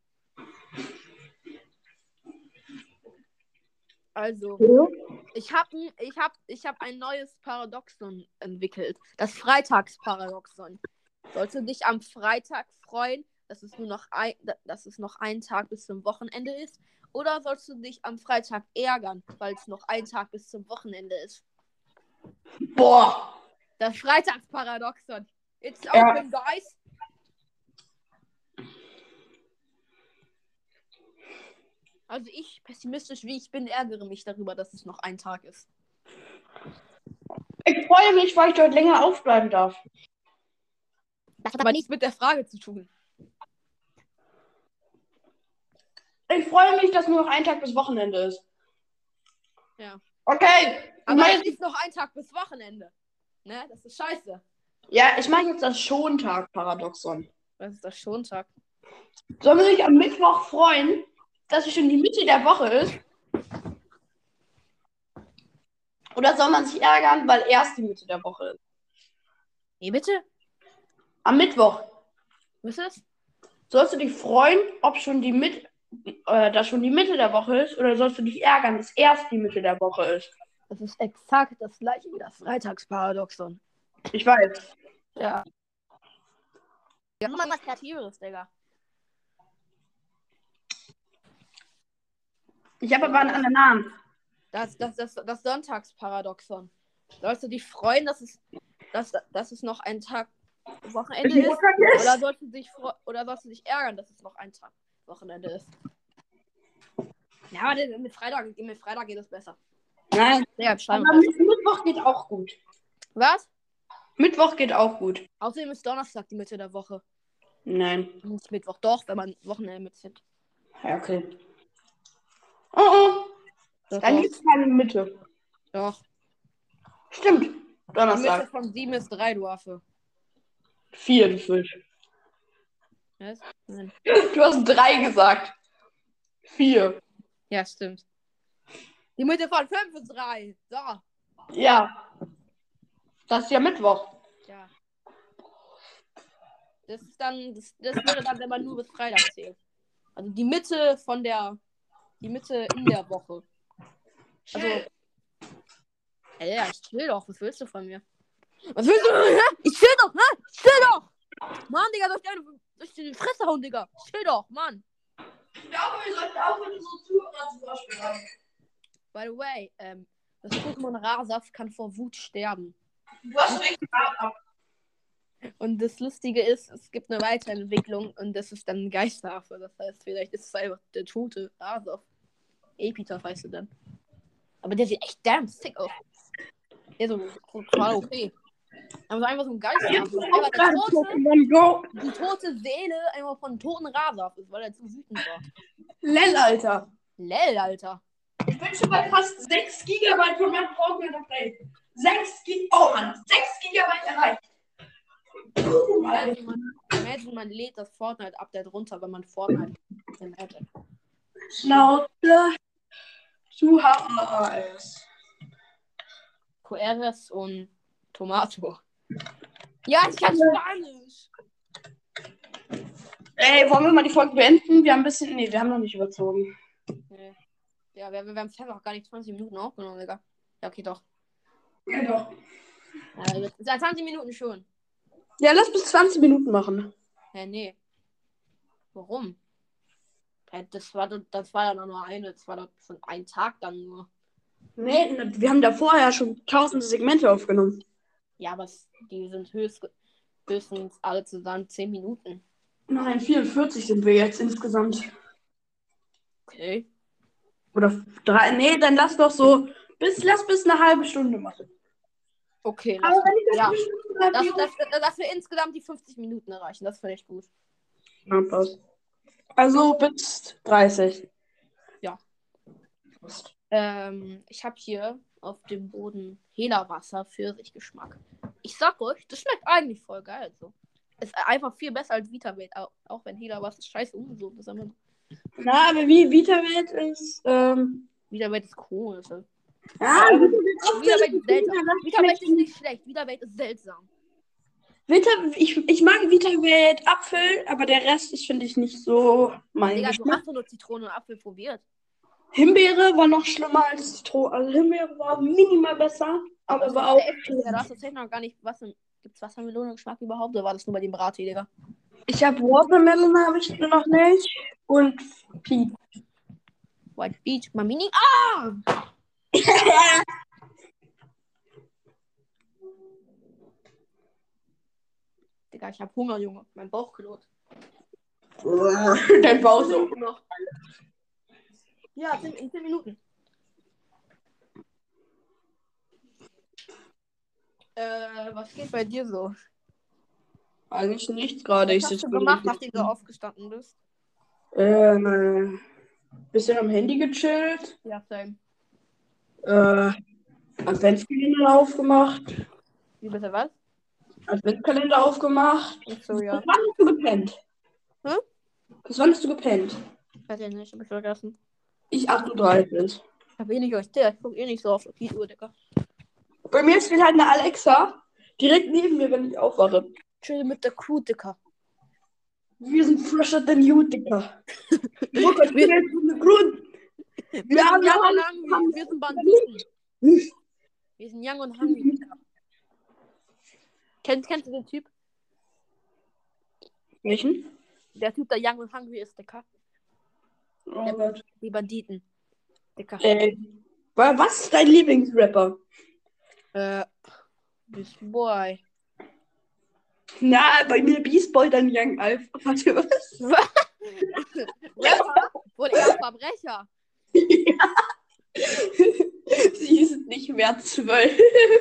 Also, ich habe ich hab, ich hab ein neues Paradoxon entwickelt. Das Freitagsparadoxon. Sollst du dich am Freitag freuen, dass es nur noch ein, dass es noch ein Tag bis zum Wochenende ist? Oder sollst du dich am Freitag ärgern, weil es noch ein Tag bis zum Wochenende ist? Boah. Das Freitagsparadoxon. It's Ja. open, guys. Also ich, pessimistisch wie ich bin, ärgere mich darüber, dass es noch ein Tag ist. Ich freue mich, weil ich dort länger aufbleiben darf. Das hat aber nichts mit der Frage zu tun. Ich freue mich, dass nur noch ein Tag bis Wochenende ist. Ja. Okay. Aber ich es ist noch ein Tag bis Wochenende. Ne, das ist scheiße. Ja, ich mache jetzt das Schontag-Paradoxon. Was ist das Schontag? Sollen wir sich am Mittwoch freuen, dass es schon die Mitte der Woche ist? Oder soll man sich ärgern, weil erst die Mitte der Woche ist? Wie bitte? Am Mittwoch. Was ist das? Sollst du dich freuen, ob schon die Mitte, äh, dass schon die Mitte der Woche ist, oder sollst du dich ärgern, dass erst die Mitte der Woche ist? Das ist exakt das gleiche wie das Freitagsparadoxon. Ich weiß. Ja. Ja, mal was Kreativeres, Digga. Ich habe aber einen anderen Namen. Das, das, das, das Sonntagsparadoxon. Sollst du dich freuen, dass es, dass, dass es noch ein Tag Wochenende ist? Oder sollst du dich fre- oder sollst du dich ärgern, dass es noch ein Tag Wochenende ist? Ja, aber mit Freitag, mit Freitag geht es besser. Nein. Ja, aber mit Mittwoch geht auch gut. Was? Mittwoch geht auch gut. Außerdem ist Donnerstag die Mitte der Woche. Nein. Nicht Mittwoch, doch, wenn man Wochenende mitzählt. Ja, okay. Oh, oh. Doch, Dann doch. gibt es keine Mitte. Doch. Stimmt. Die Mitte Donnerstag. von sieben ist drei, du Affe. Vier, du Fisch. Was? Nein. Du hast drei gesagt. Vier. Ja, stimmt. Die Mitte von fünf ist drei. So. Ja. Das ist ja Mittwoch. Ja. Das ist dann, das, das wäre dann, wenn man nur bis Freitag zählt. Also die Mitte von der, die Mitte in der Woche. Also, ey, ja, ich chill doch. Was willst du von mir? Was willst du von mir? Ich chill doch, hä? Ich chill doch! Mann, Digga, soll ich dir durch die Fresse hauen, Digga? Ich chill doch, Mann. Ich glaube, wir sollten aufhören, so Zuhörer zu verspielen. By the way, ähm, das Pokémon Rasaf kann vor Wut sterben. Du hast recht. Und das Lustige ist, es gibt eine Weiterentwicklung und das ist dann ein Geisteraffe. Das heißt, vielleicht ist es einfach der tote Rasaf. Epitaph heißt du dann. Aber der sieht echt damn sick aus. Der ist so total okay. Aber so einfach so ein Geisteraffe. Das ist einfach der tote, die tote Seele einfach von toten Rasaf ist, weil er zu wütend war. Lell, Alter. Lell, Alter. Ich bin schon bei fast sechs Gigabyte von meinem Programm Play. sechs Gigabyte. Oh Mann, sechs Gigabyte erreicht. Imagine man, imagine, man lädt das Fortnite-Update runter, wenn man Fortnite hätte. Schnauze zu heiß. Coeres und Tomato. Ja, ich kann Spanisch. Ey, wollen wir mal die Folge beenden? Wir haben ein bisschen. Nee, wir haben noch nicht überzogen. Nee. Ja, wir, wir haben fast auch gar nicht zwanzig Minuten aufgenommen, Digga. Ja, okay, doch. Ja, doch. Ja, jetzt, seit zwanzig Minuten schon. Ja, lass bis zwanzig Minuten machen. Hä, nee. Warum? Ja, das war doch- das war ja nur eine, das war doch von einem Tag dann nur. Nee, wir haben da vorher schon tausende Segmente aufgenommen. Ja, aber es, die sind höchst, höchstens alle zusammen zehn Minuten. Nein, vierundvierzig sind wir jetzt insgesamt. Okay. Oder drei. Nee, dann lass doch so. Bis, lass bis eine halbe Stunde machen. Okay, Aber lass wenn ich das ja. bestimmt Dass, dass, dass wir insgesamt die fünfzig Minuten erreichen, das finde ich gut. Na, passt. Also bis dreißig. Ja. Ähm, ich habe hier auf dem Boden Hela-Wasser Pfirsichgeschmack. Ich sag euch, das schmeckt eigentlich voll geil. So. Ist einfach viel besser als Vitavate, auch, auch wenn Hela-Wasser scheiße ungesund ist. Aber Na, aber wie Vitavate ist, ähm. Vitavate ist komisch. Also. Ja, Aber Vitavate Vitavate ist seltsam. ist Vitavate ist nicht schlecht, Vitavate ist seltsam. Vita, ich, ich mag Vitavate Apfel, aber der Rest ist, finde ich, nicht so mein Digga, du Geschmack. hast doch nur Zitrone und Apfel probiert. Himbeere war noch schlimmer als Zitrone. Also Himbeere war minimal besser, aber Was war ist auch. safe, Digga, du hast tatsächlich noch gar nicht. Was denn? Gibt's Wassermelonengeschmack überhaupt? Oder war das nur bei dem Brattee, Digga? Ich habe Watermelon, habe ich noch nicht. Und Peach. White Beach, Mamini. Ah! Digga, ich hab Hunger, Junge. Mein Bauch knurrt. Dein Bauch so. Noch. Ja, zehn, in zehn Minuten. Äh, was geht bei dir so? Eigentlich nichts gerade. Ich Was hast sitze du gemacht, nachdem du aufgestanden bist? Äh, Bisschen am Handy gechillt. Ja, same. Äh, Adventskalender aufgemacht. Wie bitte was? Adventskalender aufgemacht. Ach so, ja. Bis wann hast du gepennt? Hm? Bis wann hast du gepennt? Weiß ich nicht, hab ich vergessen. Ich acht Uhr dreißig. Ich hab eh nicht euch der. Ich guck eh nicht so auf die Uhr, Digga. Bei mir steht halt eine Alexa direkt neben mir, wenn ich aufwache. Chill mit der Crew, Digga. Wir sind fresher than you, Digga. Mutter, ich bin jetzt ohne Grund. Wir, Wir sind haben Young und ja Hungry. Wir sind Banditen. Wir sind Young und Hungry, Digga. Kennst, kennst du den Typ? Welchen? Der Typ, der Young und Hungry ist, Digga. Oh Der, Gott. die Banditen. Digga. Äh, wa- was ist dein Lieblingsrapper? Äh, This Boy. Na, bei mir Beast Boy, dann Young Alpha. Warte, was? Rapper? Wohl eher Verbrecher. Ja. Sie ist nicht mehr zwölf.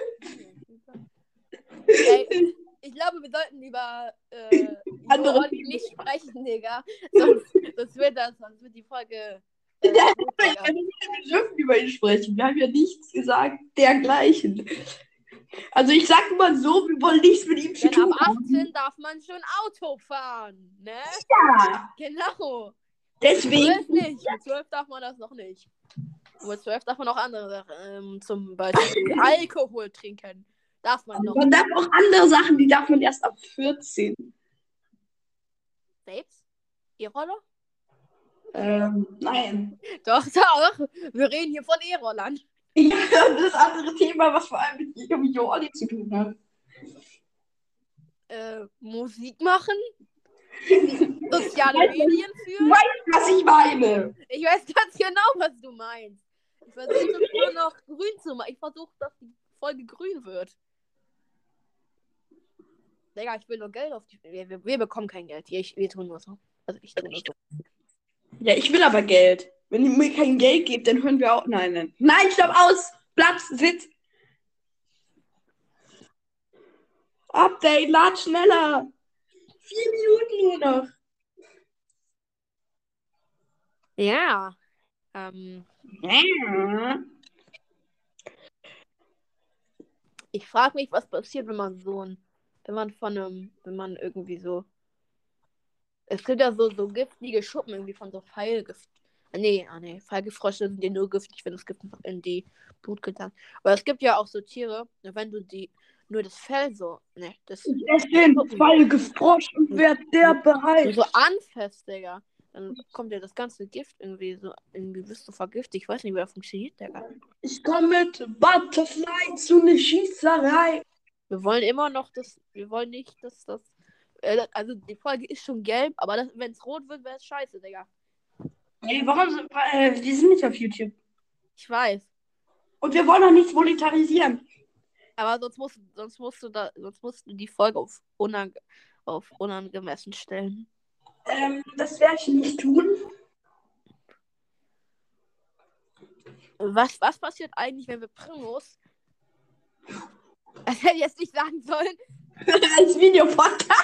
Ey, ich glaube, wir sollten über äh, Andere Jordi nicht sprechen, Digga. Sonst, sonst, wird das, sonst wird die Folge. Äh, Ja, gut, Digga. wir dürfen über ihn sprechen. Wir haben ja nichts gesagt dergleichen. Also ich sag mal so, wir wollen nichts mit ihm zu Denn ab tun haben. achtzehn darf man schon Auto fahren, ne? Ja, Genau. deswegen. zwölf nicht. Mit zwölf darf man das noch nicht. Mit zwölf darf man auch andere Sachen, ähm, zum Beispiel Alkohol trinken. Darf man noch. Man darf auch andere Sachen, die darf man erst ab vierzehn. Selbst? E-Roller? Ähm, nein. Doch, doch. Wir reden hier von E-Rollern. Ja, das andere Thema, was vor allem mit um Jordi zu tun hat. Äh, Musik machen? Soziale Medien Du führen? weißt, was ich meine. Ich weiß ganz genau, was du meinst. Ich versuche es nur noch grün zu machen. Ich versuche, dass die Folge grün wird. Digga, ich will nur Geld auf die... Wir, wir, wir bekommen kein Geld. Ich, wir tun nur so. Also ich tue nur so. Ja, ich will aber Geld. Wenn ihr mir kein Geld gebt, dann hören wir auch. Nein, nein. Nein, stopp, aus! Platz, Sitz! Update, lad schneller! Vier Minuten nur noch. Ja. Ähm, Ja. ich frage mich, was passiert, wenn man so ein... Wenn man von einem... Wenn man irgendwie so... Es gibt ja so, so giftige Schuppen irgendwie von so Pfeilgift. Ah, nee, ah, nee. Pfeilgiftfrösche sind ja nur giftig, wenn das Gift in die Blut getan. Aber es gibt ja auch so Tiere, wenn du die... Nur das Fell so... Ne, das... Es sind zwei gefroscht und wer der beheilt. so anfasst, Digga, dann kommt ja das ganze Gift irgendwie so, irgendwie bist du vergiftet. Ich weiß nicht, wie das funktioniert, Digga. Ich komme mit Butterfly zu einer Schießerei. Wir wollen immer noch das, wir wollen nicht, dass das, äh, also die Folge ist schon gelb, aber wenn es rot wird, wäre es scheiße, Digga. Ey, warum sind äh, wir sind nicht auf YouTube. Ich weiß. Und wir wollen auch nichts monetarisieren. Aber sonst musst, sonst musst du da, sonst musst du die Folge auf, unang auf unangemessen stellen. Ähm, das werde ich nicht tun. Was, was passiert eigentlich, wenn wir Primus? Das hätte ich jetzt nicht sagen sollen. Als Videopodcast.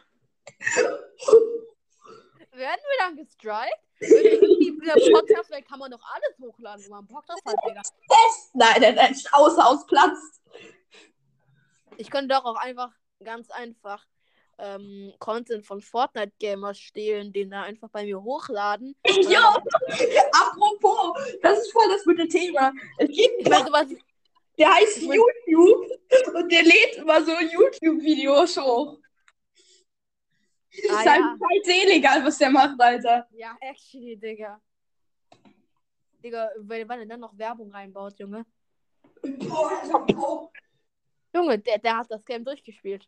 Werden wir dann gestrikt? Irgendwie der Podcast, da kann man doch alles hochladen, wenn man einen Podcast hat, Digga. Nein, der nein, außer aus Platz. Ich könnte doch auch einfach, ganz einfach, ähm, Content von Fortnite-Gamers stehlen, den da einfach bei mir hochladen. Ja, apropos, das ist voll das gute Thema. Es gibt Ich weiß was. der heißt Ich mein- YouTube und der lädt immer so YouTube-Videos hoch. Ah, ist halt ja. scheiße illegal, was der macht, Alter. Ja, actually, Digga. Digga, wenn wenn er dann noch Werbung reinbaut, Junge. Boah, boah. Junge, der, der hat das Game durchgespielt.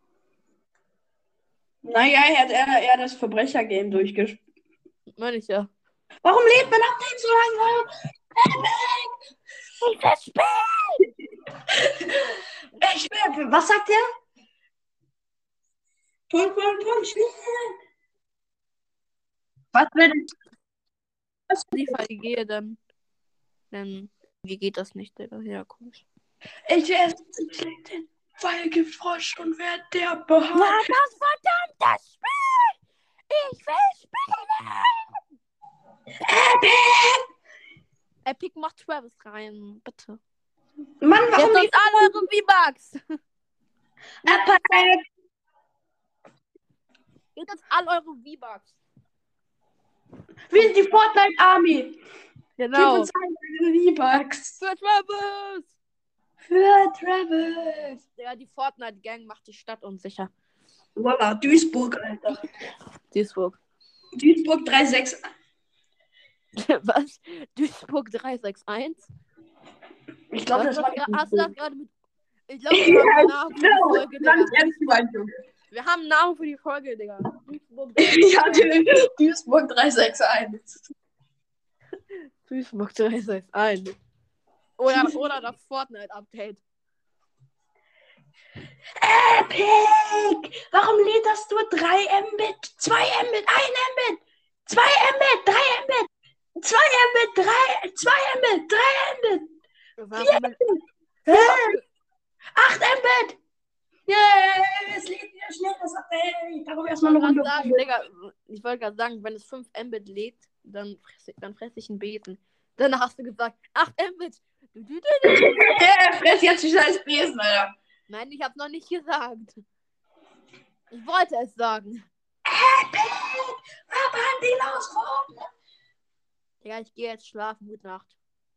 Naja, er hat, er, er hat das Verbrecher-Game durchgespielt. Meine ich ja. Warum lädt man Update so lange? Ich verspiel! Ich will, was sagt der? Punkt, Punkt, Punkt, schnell. Was will Was die Fall gehe, dann. Dann. Wie geht das nicht, Digga? Ja, komisch. ich esse den Pfeilgiftfrosch und wer der behält. War das verdammte Spiel! Ich will spielen! Epic! Epic macht Travis rein, bitte. Mann, Jetzt warum uns nicht? alle eure V-Bucks. Epic! Jetzt uns alle eure V-Bucks. Wir sind die Fortnite Army. Genau. Gib uns eine V-Bucks. Für Travis. Für Travis. Ja, die Fortnite-Gang macht die Stadt unsicher. Voila, Duisburg, Alter. Duisburg. Duisburg drei sechs. Was? Duisburg drei sechs eins? Ich glaube, das Hast du war das gra- hast du das gerade mit. Ich glaube, wir Ja, haben einen Namen für die genau. Folge, Ganz Digga. ehrlich, mein Junge. Wir haben einen Namen für die Folge, Digga. Duisburg Ich hatte Duisburg drei sechs eins. Duisburg drei sechs eins. Oder, oder das Fortnite-Update. Epic! Warum lädt das nur drei Mbit? zwei Mbit, ein Mbit, zwei Mbit, drei Mbit, zwei Mbit, drei, zwei Mbit, drei Mbit, Warum- Hä? acht Mbit! Yeah, es lädt wieder schnell das Update. Darum erstmal eine Ich Runde. wollte sagen, Digga, ich wollte gerade sagen, wenn es fünf Mbit lädt, dann fresse dann fress ich einen Besen. Dann hast du gesagt, acht Mbit. Du, du, du, du. Ja, fress jetzt die scheiß Besen, Alter. Nein, ich hab's noch nicht gesagt. Ich wollte es sagen. Epic! Verband die los, Digga, ich gehe jetzt schlafen. Gute Nacht.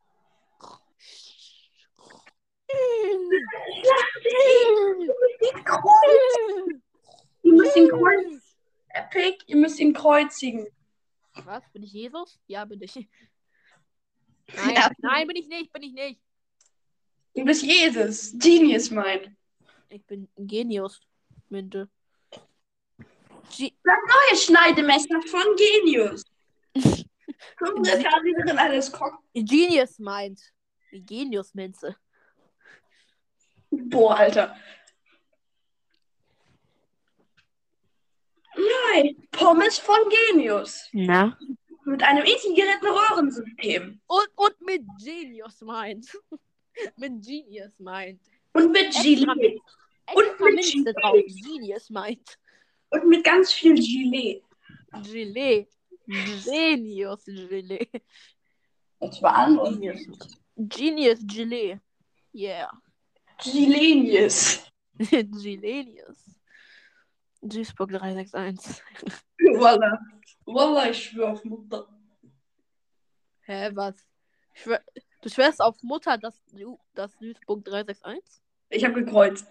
Ihr müsst ihn kreuzigen. Epic, ihr müsst ihn kreuzigen. Was? Bin ich Jesus? Ja, bin ich. Nein, Ja. nein, bin ich nicht, bin ich nicht. Du bist Jesus. Genius, mein. Ich bin ein Genius. Minte. Ge Neue Schneidemesser von Genius. Unsere Kassiererin alles kocht. Genius meint. Genius Minze. Boah, Alter. Nein, Pommes von Genius. Na? Mit einem integrierten Röhrensystem. Und, und mit Genius meint. mit Genius meint. Und mit Extra, Gelee. Und extra mit Minze Gelee. drauf. Genius meint. Und mit ganz viel Gelee. Gelee. Genius Gelee. Das war anders. Genius. Genius Gelee. Yeah. Gilenius. Gilenius. Duisburg drei sechs eins. Voila. Voila, ich schwöre auf Mutter. Hä, was? Schwör, du schwörst auf Mutter, dass du das Duisburg drei sechs eins? Ich habe gekreuzt.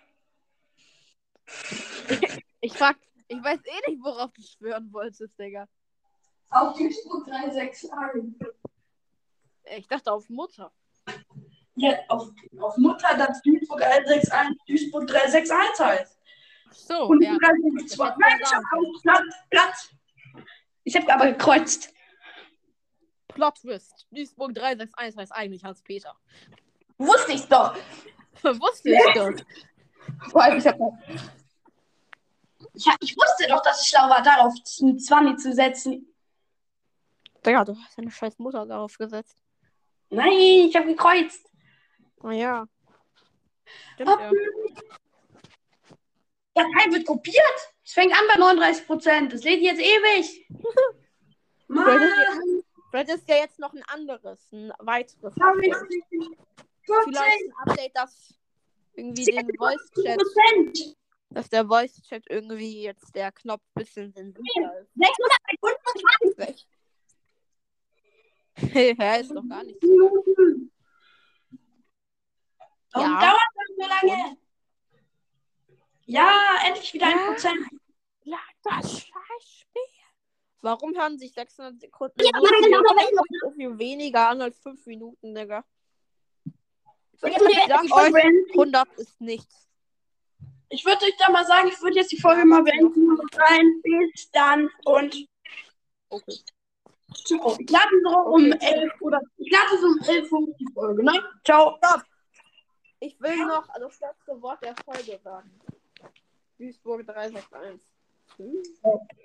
Ich frag, ich weiß eh nicht, worauf du schwören wolltest, Digga. Auf Duisburg drei sechs eins. Ich dachte auf Mutter. Ja, auf, auf Mutter, dass Duisburg eins sechs eins Duisburg drei sechs eins heißt. Ach so, Und ja. drei sechs zwei. Nein, ich habe auch Platz. Platz. Ich habe aber gekreuzt. Plot Twist. Duisburg drei sechs eins heißt eigentlich Hans-Peter. Wusste ich doch. Wusste ich doch. Vor allem, ich, hab, ich, hab, ich wusste doch, dass es schlau war, darauf einen zwanzig zu setzen. Digga, du hast deine scheiß Mutter darauf gesetzt. Nein, ich habe gekreuzt. Na ja. Stimmt Ob, ja. Datei wird kopiert. Es fängt an bei neununddreißig Prozent. Das lädt jetzt ewig. Mann. Vielleicht ist ja jetzt noch ein anderes, ein weiteres Hab ich Update. nicht. Vielleicht ein Update, das irgendwie den Voice-Chat, Prozent. dass der Voice-Chat irgendwie jetzt der Knopf ein bisschen sensibler ist. sechshundertfünfundzwanzig Hä, ist doch gar nicht so. Minuten. Warum Ja. dauert das so lange? Ja, endlich wieder ein Ja. Prozent. Ja, das Scheißspiel. Warum hören sich sechshundert Sekunden so viel, so viel weniger an als fünf Minuten, Digga? Ich sag euch, hundert ist nichts. Ich würde euch da mal sagen, ich würde jetzt die Folge mal beenden. Rein, bis dann und Okay. ciao. Ich lade so um elf oder ich lade so um elf Uhr die Folge, ne? Ciao. Ich will noch das letzte Wort der Folge sagen. Duisburg drei sechs eins. Hm?